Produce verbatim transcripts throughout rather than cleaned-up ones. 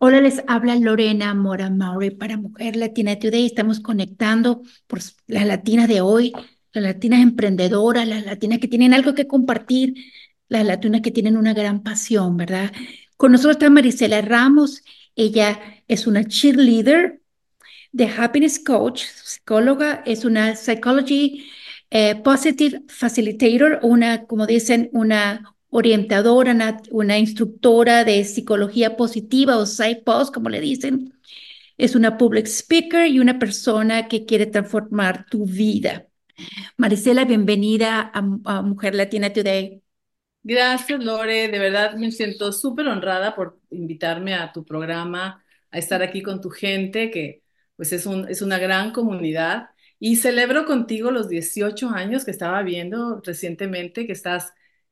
Hola, les habla Lorena Mora Maury para Mujer Latina Today. Estamos conectando por s- las latinas de hoy, las latinas emprendedoras, las latinas que tienen algo que compartir, las latinas que tienen una gran pasión, ¿verdad? Con nosotros está Marisela Ramos. Ella es una cheerleader de Happiness Coach, psicóloga, es una Psychology eh, Positive Facilitator, una, como dicen, una orientadora, una, una instructora de psicología positiva o PsyPos, como le dicen. Es una public speaker y una persona que quiere transformar tu vida. Marisela, bienvenida a, a Mujer Latina Today. Gracias, Lore. De verdad me siento súper honrada por invitarme a tu programa, a estar aquí con tu gente, que pues es un, es una gran comunidad. Y celebro contigo los dieciocho años que estaba viendo recientemente, que estás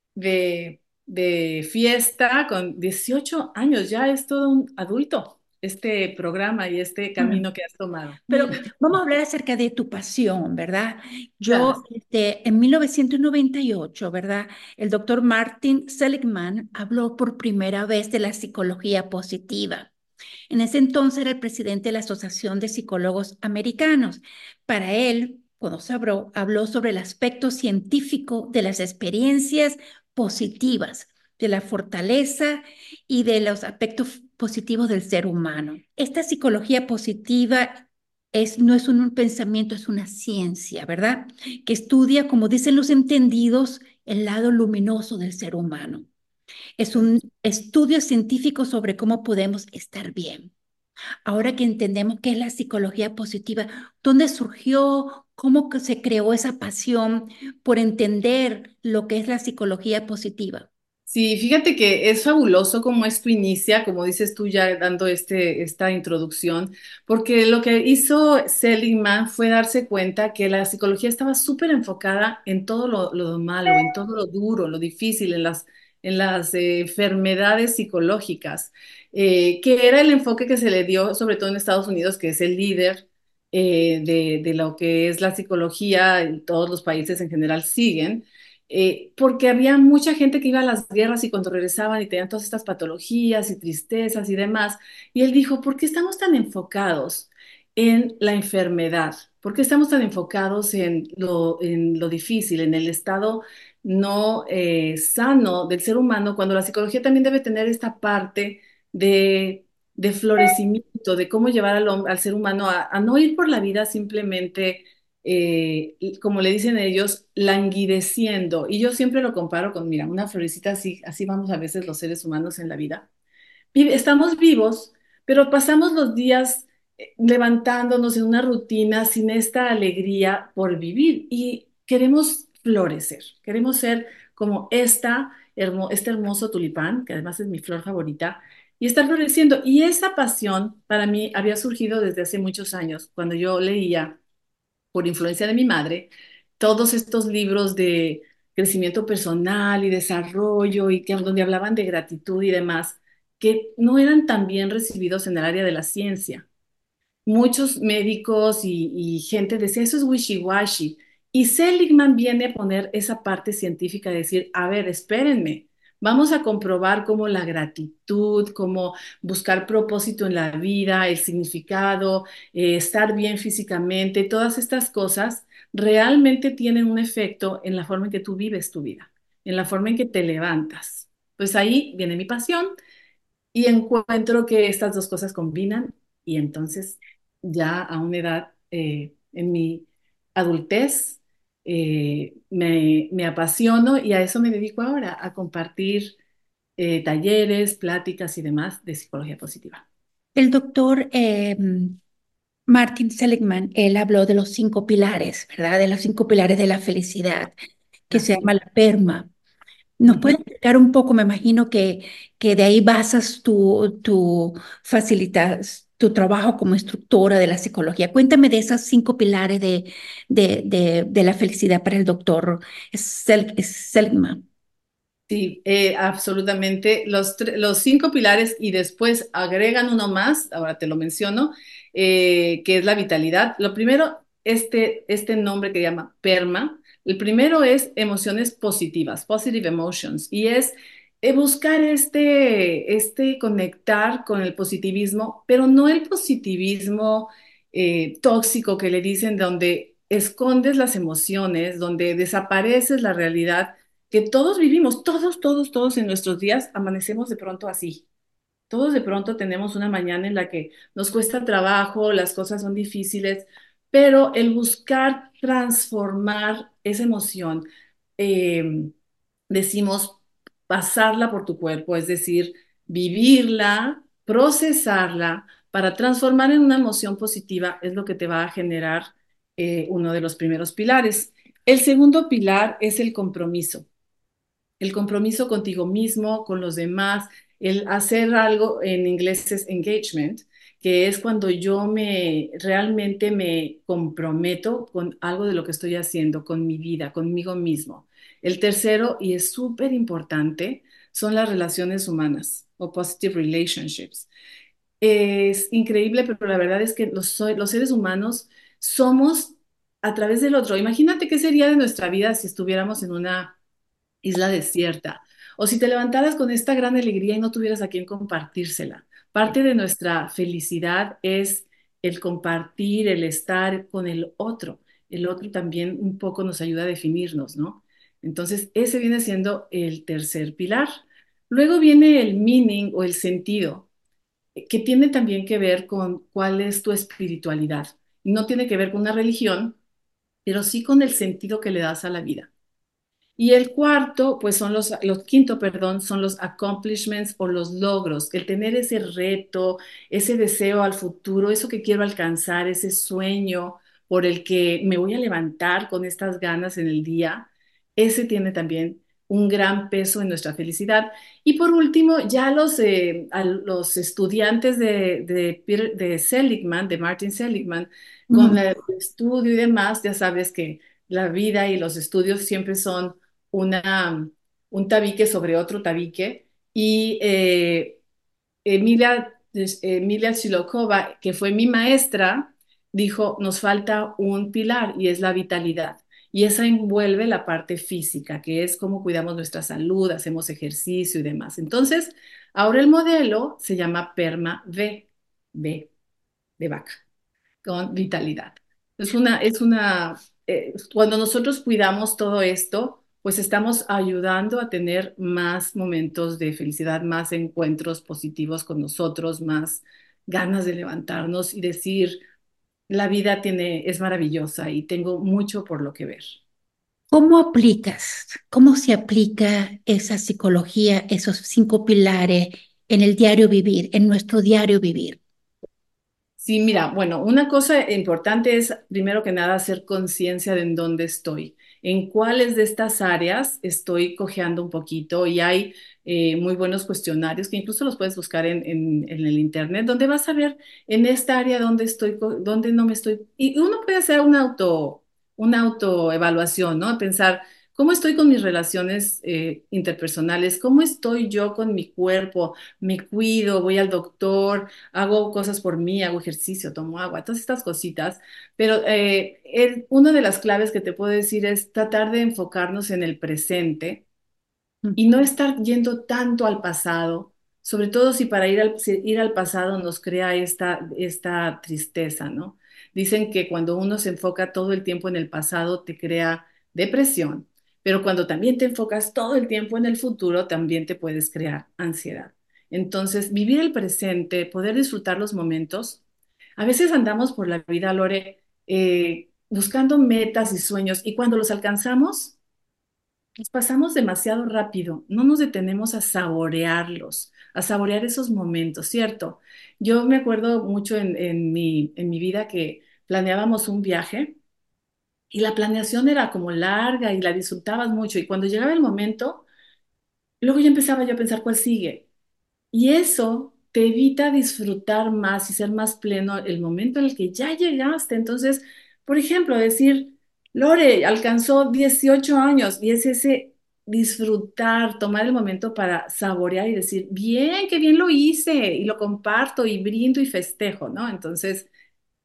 de, de fiesta con dieciocho años. Ya es todo un adulto este programa y este camino que has tomado. Pero vamos a hablar acerca de tu pasión, ¿verdad? Yo, Gracias. este, en mil novecientos noventa y ocho, ¿verdad? El doctor Martin Seligman habló por primera vez de la psicología positiva. En ese entonces era el presidente de la Asociación de Psicólogos Americanos. Para él, cuando se habló, habló sobre el aspecto científico de las experiencias positivas, de la fortaleza y de los aspectos positivos del ser humano. Esta psicología positiva es, no es un, un pensamiento, es una ciencia, ¿verdad? Que estudia, como dicen los entendidos, el lado luminoso del ser humano. Es un estudio científico sobre cómo podemos estar bien. Ahora que entendemos qué es la psicología positiva, ¿dónde surgió? ¿Cómo que se creó esa pasión por entender lo que es la psicología positiva? Sí, fíjate que es fabuloso cómo esto inicia, como dices tú ya dando este, esta introducción, porque lo que hizo Seligman fue darse cuenta que la psicología estaba súper enfocada en todo lo, lo malo, en todo lo duro, lo difícil, en las, en las eh, enfermedades psicológicas, eh, que era el enfoque que se le dio, sobre todo en Estados Unidos, que es el líder eh, de, de lo que es la psicología, y todos los países en general siguen eh, porque había mucha gente que iba a las guerras y cuando regresaban y tenían todas estas patologías y tristezas y demás. Y él dijo, ¿por qué estamos tan enfocados en la enfermedad? ¿Por qué estamos tan enfocados en lo, en lo difícil, en el estado no eh, sano del ser humano, cuando la psicología también debe tener esta parte de, de florecimiento, de cómo llevar al, hom- al ser humano a, a no ir por la vida simplemente eh, como le dicen ellos, languideciendo. Y yo siempre lo comparo con, mira, una florecita así, así vamos a veces los seres humanos en la vida. Vi- Estamos vivos, pero pasamos los días eh, levantándonos en una rutina sin esta alegría por vivir y queremos florecer, queremos ser como esta, hermo- este hermoso tulipán, que además es mi flor favorita, y estar floreciendo. Y esa pasión para mí había surgido desde hace muchos años, cuando yo leía por influencia de mi madre, todos estos libros de crecimiento personal y desarrollo y que donde hablaban de gratitud y demás, que no eran tan bien recibidos en el área de la ciencia. Muchos médicos y, y gente decía, eso es wishy-washy. Y Seligman viene a poner esa parte científica de decir, a ver, espérenme, vamos a comprobar cómo la gratitud, cómo buscar propósito en la vida, el significado, eh, estar bien físicamente, todas estas cosas realmente tienen un efecto en la forma en que tú vives tu vida, en la forma en que te levantas. Pues ahí viene mi pasión y encuentro que estas dos cosas combinan y entonces ya a una edad eh, en mi adultez eh, me, me apasiono y a eso me dedico ahora, a compartir eh, talleres, pláticas y demás de psicología positiva. El doctor eh, Martin Seligman, él habló de los cinco pilares, ¿verdad? De los cinco pilares de la felicidad, que se Así. llama la PERMA. ¿Nos puede Ujú. explicar un poco? Me imagino que, que de ahí basas tu, tu facilitas tu trabajo como instructora de la psicología. Cuéntame de esos cinco pilares de, de, de, de la felicidad para el doctor Sel- Seligman. Sí, eh, absolutamente. Los, tre- los cinco pilares y después agregan uno más, ahora te lo menciono, eh, que es la vitalidad. Lo primero, este, este nombre que llama PERMA, el primero es emociones positivas, positive emotions, y es eh, buscar este, este conectar con el positivismo, pero no el positivismo eh, tóxico que le dicen, donde escondes las emociones, donde desapareces la realidad que todos vivimos, todos, todos, todos en nuestros días amanecemos de pronto así. Todos de pronto tenemos una mañana en la que nos cuesta trabajo, las cosas son difíciles, pero el buscar transformar esa emoción, eh, decimos pasarla por tu cuerpo, es decir, vivirla, procesarla para transformar en una emoción positiva, es lo que te va a generar eh, uno de los primeros pilares. El segundo pilar es el compromiso, el compromiso contigo mismo, con los demás, el hacer algo, en inglés es engagement, que es cuando yo me realmente me comprometo con algo de lo que estoy haciendo, con mi vida, conmigo mismo. El tercero, y es súper importante, son las relaciones humanas o positive relationships. Es increíble, pero la verdad es que los, los seres humanos somos a través del otro. Imagínate qué sería de nuestra vida si estuviéramos en una isla desierta, o si te levantaras con esta gran alegría y no tuvieras a quien compartírsela. Parte de nuestra felicidad es el compartir, el estar con el otro. El otro también un poco nos ayuda a definirnos, ¿no? Entonces, ese viene siendo el tercer pilar. Luego viene el meaning o el sentido, que tiene también que ver con cuál es tu espiritualidad. No tiene que ver con una religión, pero sí con el sentido que le das a la vida. Y el cuarto, pues son los, los quinto, perdón, son los accomplishments o los logros, el tener ese reto, ese deseo al futuro, eso que quiero alcanzar, ese sueño por el que me voy a levantar con estas ganas en el día, ese tiene también un gran peso en nuestra felicidad. Y por último, ya los, eh, a los estudiantes de, de, Peter- de Seligman, de Martin Seligman, con Ujú. el estudio y demás, ya sabes que la vida y los estudios siempre son una, un tabique sobre otro tabique y eh, Emilia, Emilia Shilokova, que fue mi maestra, dijo, nos falta un pilar y es la vitalidad. Y esa envuelve la parte física, que es cómo cuidamos nuestra salud, hacemos ejercicio y demás. Entonces, ahora el modelo se llama PERMA V, V de vaca con vitalidad. Es una, es una, eh, cuando nosotros cuidamos todo esto, pues estamos ayudando a tener más momentos de felicidad, más encuentros positivos con nosotros, más ganas de levantarnos y decir, la vida tiene, es maravillosa y tengo mucho por lo que ver. ¿Cómo aplicas, cómo se aplica esa psicología, esos cinco pilares en el diario vivir, en nuestro diario vivir? Sí, mira, bueno, una cosa importante es, primero que nada, hacer conciencia de en dónde estoy, en cuáles de estas áreas estoy cojeando un poquito y hay eh, muy buenos cuestionarios que incluso los puedes buscar en, en- en el internet, donde vas a ver en esta área dónde estoy, co- dónde no me estoy, y uno puede hacer una auto, una autoevaluación, ¿no? Pensar, ¿cómo estoy con mis relaciones eh, interpersonales? ¿Cómo estoy yo con mi cuerpo? ¿Me cuido? ¿Voy al doctor? Hago cosas por mí, hago ejercicio, tomo agua, todas estas cositas, pero eh, el- una de las claves que te puedo decir es tratar de enfocarnos en el presente y no estar yendo tanto al pasado, sobre todo si para ir al, si ir al pasado nos crea esta, esta tristeza, ¿no? Dicen que cuando uno se enfoca todo el tiempo en el pasado te crea depresión, pero cuando también te enfocas todo el tiempo en el futuro, también te puedes crear ansiedad. Entonces, vivir el presente, poder disfrutar los momentos. A veces andamos por la vida, Lore, eh, buscando metas y sueños, y cuando los alcanzamos, nos pasamos demasiado rápido, no nos detenemos a saborearlos, a saborear esos momentos, ¿cierto? Yo me acuerdo mucho en, en mi, en mi vida que planeábamos un viaje y la planeación era como larga y la disfrutabas mucho y cuando llegaba el momento, luego ya empezaba yo a pensar cuál sigue. Y eso te evita disfrutar más y ser más pleno el momento en el que ya llegaste. Entonces, por ejemplo, decir, Lore alcanzó dieciocho años y es ese disfrutar, tomar el momento para saborear y decir, bien, qué bien lo hice y lo comparto y brindo y festejo, ¿no? Entonces,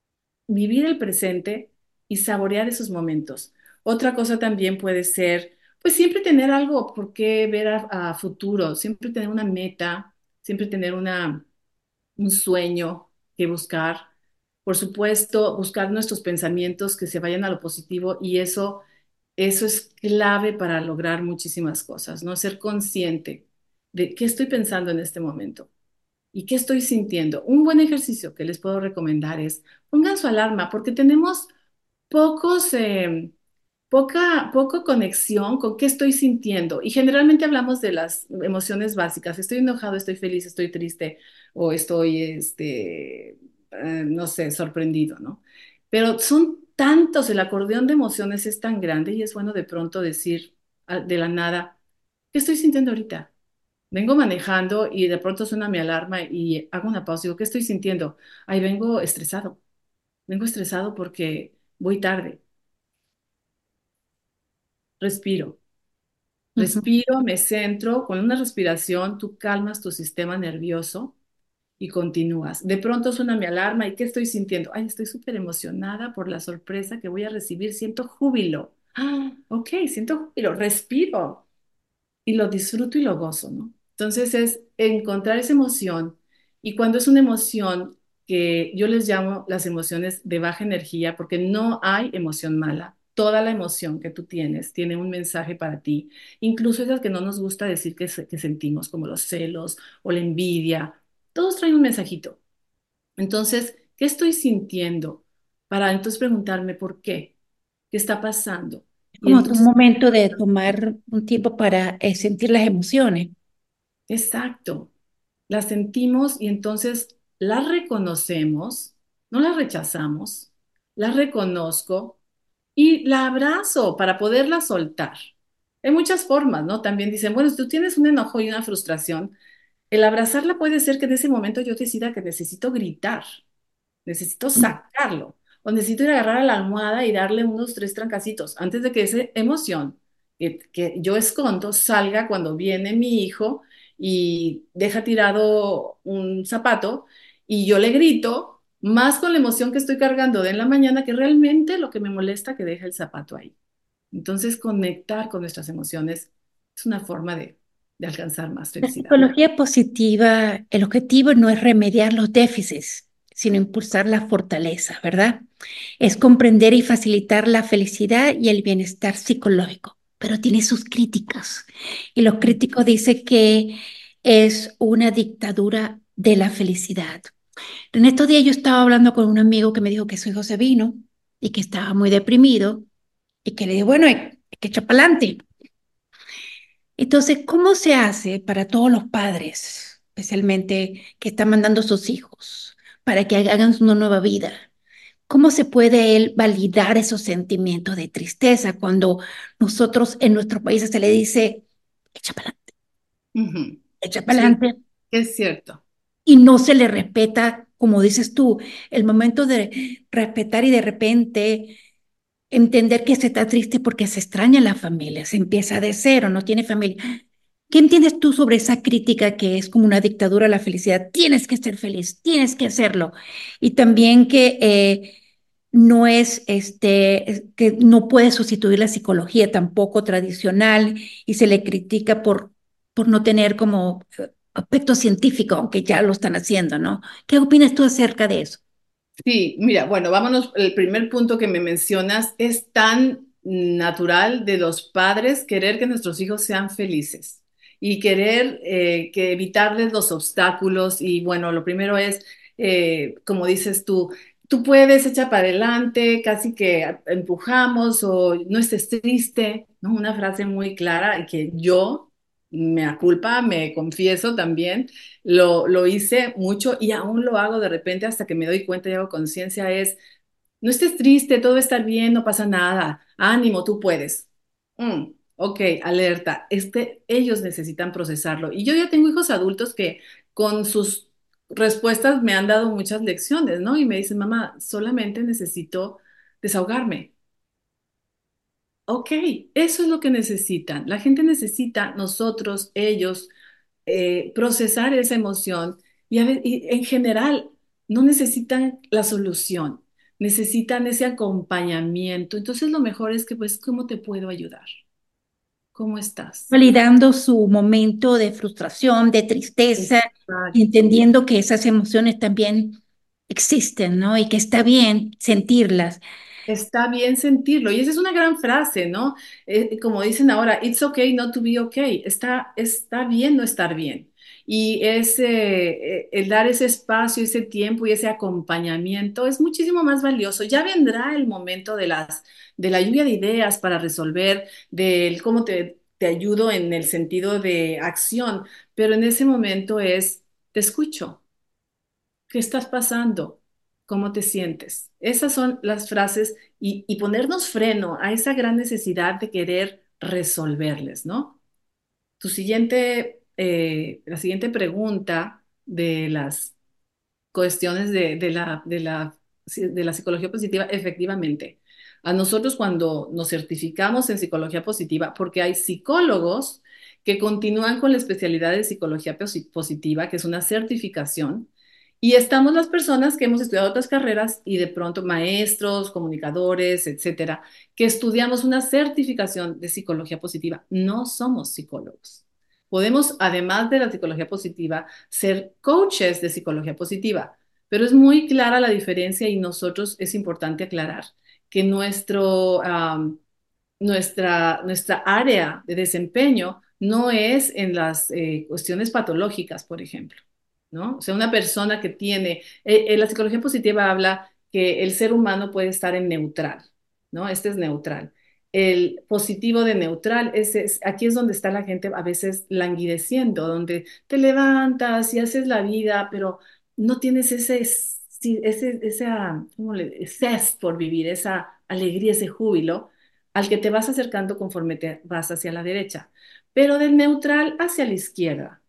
vivir el presente y saborear esos momentos. Otra cosa también puede ser Pues siempre tener algo por qué ver a, a futuro, siempre tener una meta, siempre tener una, un sueño que buscar. Por supuesto, buscar nuestros pensamientos que se vayan a lo positivo y eso, eso es clave para lograr muchísimas cosas, ¿no? Ser consciente de qué estoy pensando en este momento y qué estoy sintiendo. Un buen ejercicio que les puedo recomendar es pongan su alarma porque tenemos pocos, eh, poca, poca conexión con qué estoy sintiendo. Y generalmente hablamos de las emociones básicas. Estoy enojado, estoy feliz, estoy triste o estoy, este, eh, no sé, sorprendido, ¿no? Pero son tantos, el acordeón de emociones es tan grande y es bueno de pronto decir ah, de la nada, ¿qué estoy sintiendo ahorita? Vengo manejando y de pronto suena mi alarma y hago una pausa y digo, ¿qué estoy sintiendo? Ay, vengo estresado. Vengo estresado porque voy tarde. Respiro. Ujú. Respiro, me centro, con una respiración tú calmas tu sistema nervioso y continúas. De pronto suena mi alarma y ¿qué estoy sintiendo? Ay, estoy súper emocionada por la sorpresa que voy a recibir, siento júbilo. Ah, ok, siento júbilo, respiro y lo disfruto y lo gozo, ¿no? Entonces es encontrar esa emoción y cuando es una emoción que yo les llamo las emociones de baja energía, porque no hay emoción mala. Toda la emoción que tú tienes tiene un mensaje para ti, incluso esas que no nos gusta decir que, se- que sentimos, como los celos o la envidia, todos traen un mensajito. Entonces, ¿qué estoy sintiendo? Para entonces preguntarme por qué, qué está pasando. Es Y como un entonces, momento de tomar un tiempo para eh, sentir las emociones. exacto, la sentimos y entonces la reconocemos, no la rechazamos, la reconozco y la abrazo para poderla soltar. Hay muchas formas, ¿no? También dicen, bueno, si tú tienes un enojo y una frustración, el abrazarla puede ser que en ese momento yo decida que necesito gritar, necesito sacarlo, o necesito ir a agarrar a la almohada y darle unos tres trancacitos antes de que esa emoción que, que yo escondo salga cuando viene mi hijo y deja tirado un zapato y yo le grito, más con la emoción que estoy cargando de en la mañana que realmente lo que me molesta que deja el zapato ahí. Entonces, conectar con nuestras emociones es una forma de, de alcanzar más La felicidad. psicología positiva, el objetivo no es remediar los déficits, sino impulsar la fortaleza, ¿verdad? Es comprender y facilitar la felicidad y el bienestar psicológico, pero tiene sus críticas. Y los críticos dicen que es una dictadura de la felicidad. En estos días yo estaba hablando con un amigo que me dijo que su hijo se vino y que estaba muy deprimido y que le dije, bueno, hay, hay que echar para adelante. Entonces, ¿cómo se hace para todos los padres, especialmente que están mandando a sus hijos, para que hagan una nueva vida? ¿Cómo se puede él validar esos sentimientos de tristeza cuando nosotros en nuestros países se le dice, echa para adelante, Ujú. echa para Sí, adelante, es cierto. y no se le respeta, como dices tú, el momento de respetar y de repente entender que se está triste porque se extraña la familia, se empieza de cero, no tiene familia. ¿Qué entiendes tú sobre esa crítica que es como una dictadura a la felicidad? Tienes que ser feliz, tienes que hacerlo. Y también que eh, no es, este, es que no puede sustituir la psicología tampoco tradicional y se le critica por, por no tener como eh, aspecto científico, aunque ya lo están haciendo, ¿no? ¿Qué opinas tú acerca de eso? Sí, mira, bueno, vámonos, el primer punto que me mencionas es tan natural de los padres querer que nuestros hijos sean felices y querer eh, que evitarles los obstáculos y bueno, lo primero es, eh, como dices tú, tú puedes echar para adelante, casi que empujamos o no estés triste, ¿no? Una frase muy clara y que yo me culpa, me confieso también lo, lo hice mucho y aún lo hago de repente hasta que me doy cuenta y hago conciencia es, no estés triste, todo va a estar bien, no pasa nada, ánimo, tú puedes. Mm, ok, alerta, este, ellos necesitan procesarlo. Y yo ya tengo hijos adultos que con sus respuestas me han dado muchas lecciones, ¿no? Y me dicen, mamá, solamente necesito desahogarme. Ok, eso es lo que necesitan. La gente necesita, nosotros, ellos, eh, procesar esa emoción y, a ve- y en general no necesitan la solución, necesitan ese acompañamiento. Entonces lo mejor es que, pues, ¿cómo te puedo ayudar? ¿Cómo estás? validando su momento de frustración, de tristeza, y Exacto. entendiendo que esas emociones también existen, ¿no? Y que está bien sentirlas. Está bien sentirlo. Y esa es una gran frase, ¿no? Eh, como dicen ahora, it's okay not to be okay. Está, está bien no estar bien. Y ese, eh, el dar ese espacio, ese tiempo y ese acompañamiento es muchísimo más valioso. Ya vendrá el momento de las, de la lluvia de ideas para resolver, del cómo te, te ayudo en el sentido de acción, pero en ese momento es, te escucho. ¿Qué estás pasando? ¿Cómo te sientes? Esas son las frases y, y ponernos freno a esa gran necesidad de querer resolverles, ¿no? Tu siguiente, eh, la siguiente pregunta de las cuestiones de, de la, de la, de la psicología positiva, efectivamente. A nosotros cuando nos certificamos en psicología positiva, porque hay psicólogos que continúan con la especialidad de psicología posi- positiva, que es una certificación, y estamos las personas que hemos estudiado otras carreras y de pronto maestros, comunicadores, etcétera, que estudiamos una certificación de psicología positiva. No somos psicólogos. Podemos, además de la psicología positiva, ser coaches de psicología positiva, pero es muy clara la diferencia y nosotros es importante aclarar que nuestro, um, nuestra, nuestra área de desempeño no es en las eh, cuestiones patológicas, por ejemplo, ¿no? O sea, una persona que tiene, eh, eh, la psicología positiva habla que el ser humano puede estar en neutral, ¿no? Este es neutral. El positivo de neutral, es, es- aquí es donde está la gente a veces languideciendo, donde te levantas y haces la vida, pero no tienes ese, sí, ese, esa, ¿cómo le, zest por vivir, esa alegría, ese júbilo al que te vas acercando conforme te vas hacia la derecha. Pero del neutral hacia la izquierda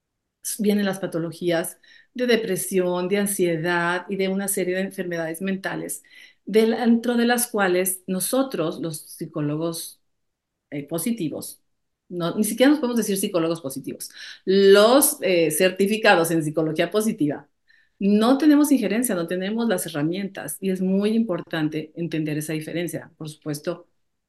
vienen las patologías de depresión, de ansiedad y de una serie de enfermedades mentales, dentro de las cuales nosotros, los psicólogos eh, positivos, no, ni siquiera nos podemos decir psicólogos positivos, los eh, certificados en psicología positiva, no tenemos injerencia, no tenemos las herramientas y es muy importante entender esa diferencia. Por supuesto,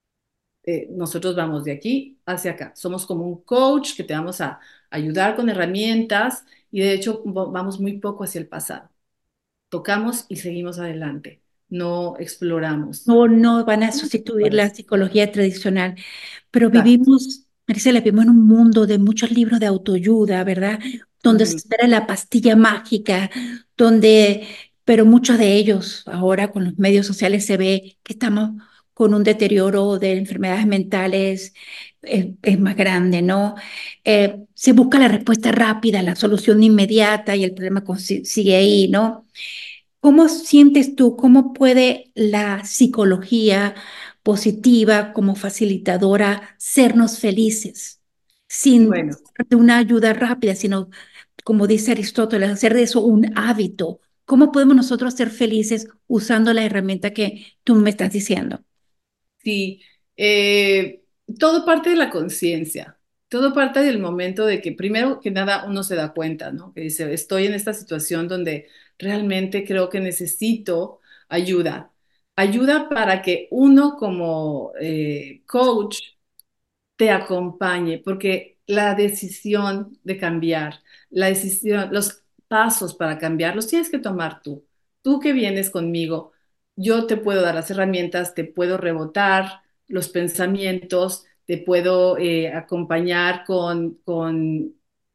eh, nosotros vamos de aquí hacia acá. Somos como un coach que te vamos a ayudar con herramientas y de hecho vamos muy poco hacia el pasado. Tocamos y seguimos adelante. No exploramos. No, no van a sustituir la psicología tradicional, pero Exacto. vivimos, Maricela, vivimos en un mundo de muchos libros de autoayuda, ¿verdad? Donde se Ujú. espera la pastilla mágica, donde, pero muchos de ellos ahora con los medios sociales se ve que estamos con un deterioro de enfermedades mentales, eh, es más grande, ¿no? Eh, se busca la respuesta rápida, la solución inmediata y el problema consi- sigue ahí, ¿no? ¿Cómo sientes tú, cómo puede la psicología positiva como facilitadora sernos felices sin Bueno. de una ayuda rápida, sino, como dice Aristóteles, hacer de eso un hábito? ¿Cómo podemos nosotros ser felices usando la herramienta que tú me estás diciendo? Sí, eh, todo parte de la conciencia, todo parte del momento de que primero que nada uno se da cuenta, ¿no? Que dice, estoy en esta situación donde realmente creo que necesito ayuda. Ayuda para que uno como eh, coach te acompañe, porque la decisión de cambiar, la decisión, los pasos para cambiar, los tienes que tomar tú. Tú que vienes conmigo, yo te puedo dar las herramientas, te puedo rebotar los pensamientos, te puedo eh, acompañar con, con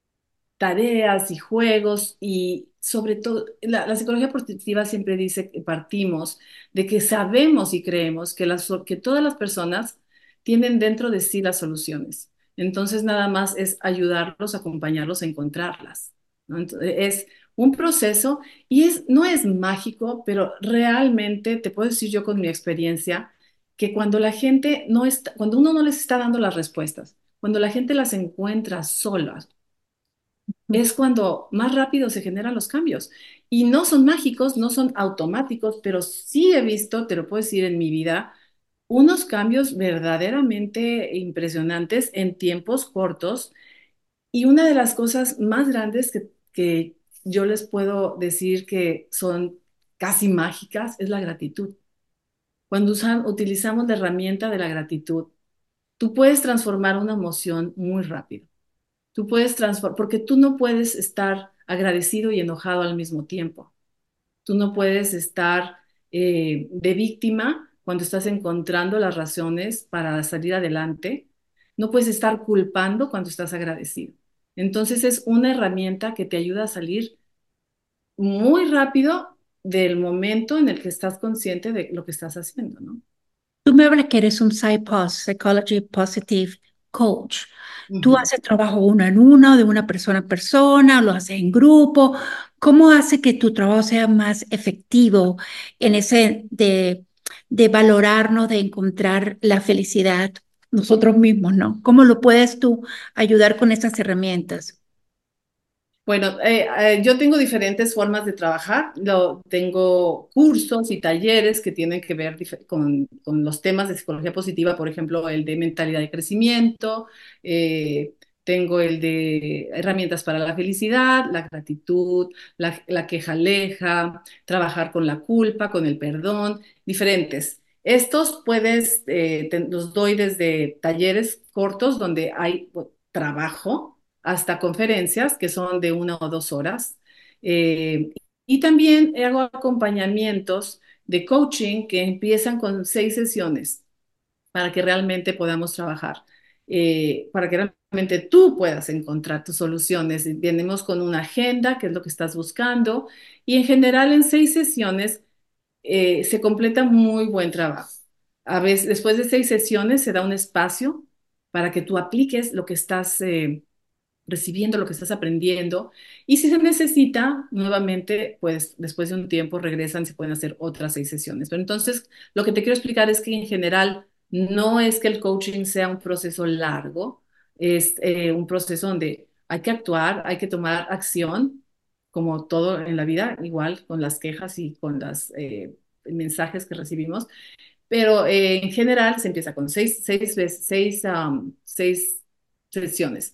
tareas y juegos y sobre todo, la, la psicología positiva siempre dice que partimos de que sabemos y creemos que, las, que todas las personas tienen dentro de sí las soluciones. Entonces nada más es ayudarlos, acompañarlos a encontrarlas, ¿no? Entonces, es un proceso y es, no es mágico, pero realmente te puedo decir yo con mi experiencia que cuando la gente no está, cuando uno no les está dando las respuestas, cuando la gente las encuentra solas, es cuando más rápido se generan los cambios. Y no son mágicos, no son automáticos, pero sí he visto, te lo puedo decir en mi vida, unos cambios verdaderamente impresionantes en tiempos cortos. Y una de las cosas más grandes que, que yo les puedo decir que son casi mágicas es la gratitud. Cuando usan- utilizamos la herramienta de la gratitud, Tú puedes transformar una emoción muy rápido. Tú puedes transformar, porque tú no puedes estar agradecido y enojado al mismo tiempo. Tú no puedes estar eh, de víctima cuando estás encontrando las razones para salir adelante. No puedes estar culpando cuando estás agradecido. Entonces es una herramienta que te ayuda a salir muy rápido del momento en el que estás consciente de lo que estás haciendo, ¿no? Tú me hablas que eres un PsyPos, Psychology Positive Coach. ¿Tú Ujú. haces trabajo uno en uno, de una persona a persona, o lo haces en grupo? ¿Cómo hace que tu trabajo sea más efectivo en ese de, de valorarnos, de encontrar la felicidad nosotros mismos, ¿no? ¿Cómo lo puedes tú ayudar con esas herramientas? Bueno, eh, eh, yo tengo diferentes formas de trabajar. Lo, tengo cursos y talleres que tienen que ver dif- con, con los temas de psicología positiva, por ejemplo, el de mentalidad de crecimiento. eh, Tengo el de herramientas para la felicidad, la gratitud, la, la queja aleja, trabajar con la culpa, con el perdón, diferentes. Estos puedes, eh, te- los doy desde talleres cortos donde hay pues, trabajo hasta conferencias que son de una o dos horas. Eh, y también hago acompañamientos de coaching que empiezan con seis sesiones para que realmente podamos trabajar, eh, para que realmente tú puedas encontrar tus soluciones. Venimos con una agenda, que es lo que estás buscando, y en general en seis sesiones eh, se completa muy buen trabajo. A veces, después de seis sesiones, se da un espacio para que tú apliques lo que estás eh, recibiendo lo que estás aprendiendo. Y si se necesita, nuevamente, pues después de un tiempo regresan, se pueden hacer otras seis sesiones. Pero entonces, lo que te quiero explicar es que en general no es que el coaching sea un proceso largo, es eh, un proceso donde hay que actuar, hay que tomar acción, como todo en la vida, igual con las quejas y con los eh, mensajes que recibimos, pero eh, en general se empieza con seis, seis, veces- seis, um, seis sesiones.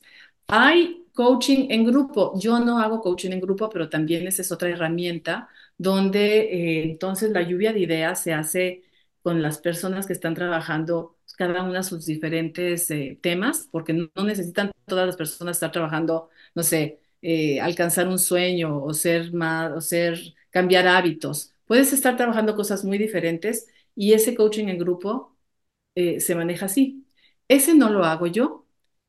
Hay coaching en grupo. Yo no hago coaching en grupo, pero también esa es otra herramienta donde eh, entonces la lluvia de ideas se hace con las personas que están trabajando cada una sus diferentes eh, temas, porque no, no necesitan todas las personas estar trabajando, no sé, eh, alcanzar un sueño o ser más, o ser, cambiar hábitos. Puedes estar trabajando cosas muy diferentes y ese coaching en grupo eh, se maneja así. Ese no lo hago yo.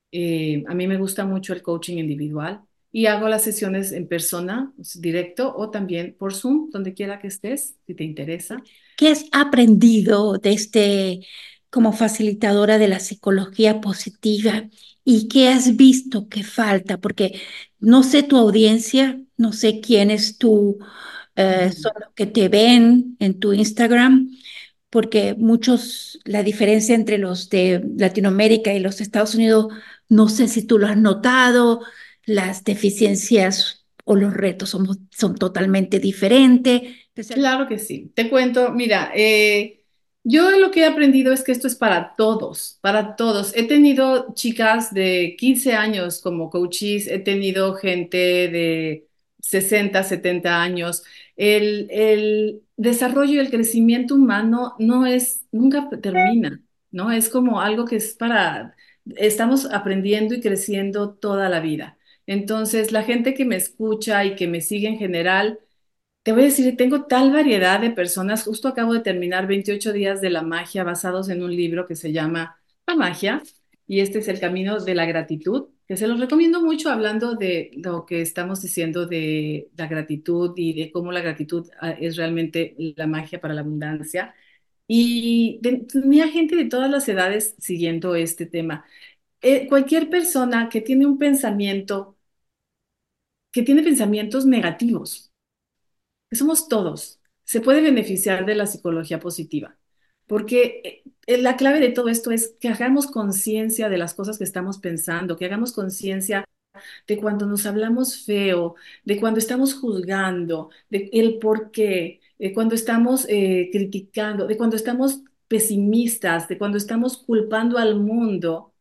Eh, a mí me gusta mucho el coaching individual y hago las sesiones en persona, pues, directo o también por Zoom, donde quiera que estés, si te interesa. ¿Qué has aprendido de este como facilitadora de la psicología positiva y qué has visto que falta? Porque no sé tu audiencia, no sé quiénes tú eh, Ujú. son los que te ven en tu Instagram, porque muchos, la diferencia entre los de Latinoamérica y los Estados Unidos, no sé si tú lo has notado, las deficiencias o los retos son, son totalmente diferentes. Especialmente Claro que sí. Te cuento, mira, eh, yo lo que he aprendido es que esto es para todos, para todos. He tenido chicas de quince años como coaches, he tenido gente de sesenta, setenta años. El, el desarrollo y el crecimiento humano no es, nunca termina, ¿no? Es como algo que es para, estamos aprendiendo y creciendo toda la vida. Entonces, la gente que me escucha y que me sigue en general, te voy a decir, tengo tal variedad de personas. Justo acabo de terminar veintiocho días de la magia basados en un libro que se llama La magia y este es el camino de la gratitud, que se los recomiendo mucho hablando de lo que estamos diciendo de la gratitud y de cómo la gratitud ah, es realmente la magia para la abundancia. Y de- tenía gente de todas las edades siguiendo este tema. Eh, cualquier persona que tiene un pensamiento, que tiene pensamientos negativos, que somos todos, se puede beneficiar de la psicología positiva, porque eh, la clave de todo esto es que hagamos conciencia de las cosas que estamos pensando, que hagamos conciencia de cuando nos hablamos feo, de cuando estamos juzgando, de el por qué, de cuando estamos eh, criticando, de cuando estamos pesimistas, de cuando estamos culpando al mundo.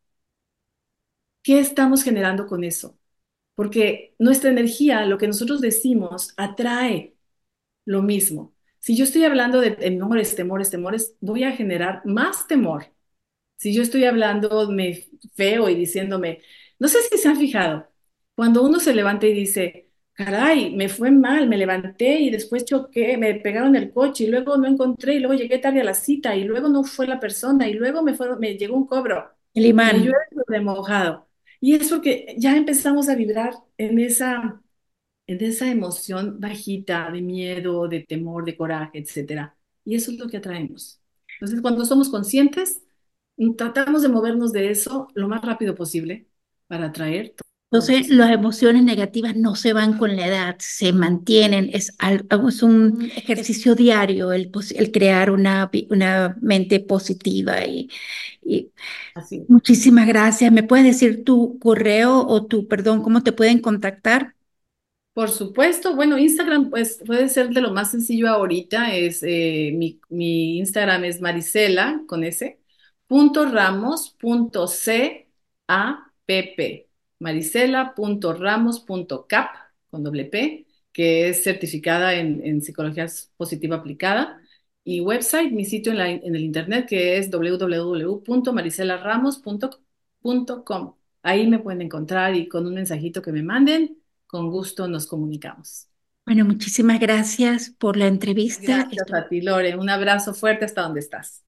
¿Qué estamos generando con eso? Porque nuestra energía, lo que nosotros decimos, atrae lo mismo. Si yo estoy hablando de temores, temores, temores, voy a generar más temor. Si yo estoy hablándome feo y diciéndome, no sé si se han fijado, cuando uno se levanta y dice, caray, me fue mal, me levanté y después choqué, me pegaron el coche y luego no encontré y luego llegué tarde a la cita y luego no fue la persona y luego me fue, me llegó un cobro, El me llueve imán. sobre mojado. Y es porque ya empezamos a vibrar en esa de esa emoción bajita de miedo, de temor, de coraje, etcétera. Y eso es lo que atraemos. Entonces, cuando somos conscientes, tratamos de movernos de eso lo más rápido posible para atraer todo lo Entonces, las positivo. emociones negativas no se van con la edad, se mantienen. Es, algo, es un ejercicio diario el, pos- el crear una, vi- una mente positiva. Y, y Así. muchísimas gracias. ¿Me puedes decir tu correo o tu, perdón, cómo te pueden contactar? Por supuesto, bueno, Instagram pues puede ser de lo más sencillo ahorita, es eh, mi, mi Instagram es Marisela con S, punto Ramos punto C A P P, Marisela punto Ramos punto cap con doble P, que es certificada en, en psicología positiva aplicada, y website, mi sitio en, la- en el internet que es w w w punto marisela ramos punto com. Ahí me pueden encontrar y con un mensajito que me manden con gusto nos comunicamos. Bueno, muchísimas gracias por la entrevista. Gracias a ti, Lore. Un abrazo fuerte hasta donde estás.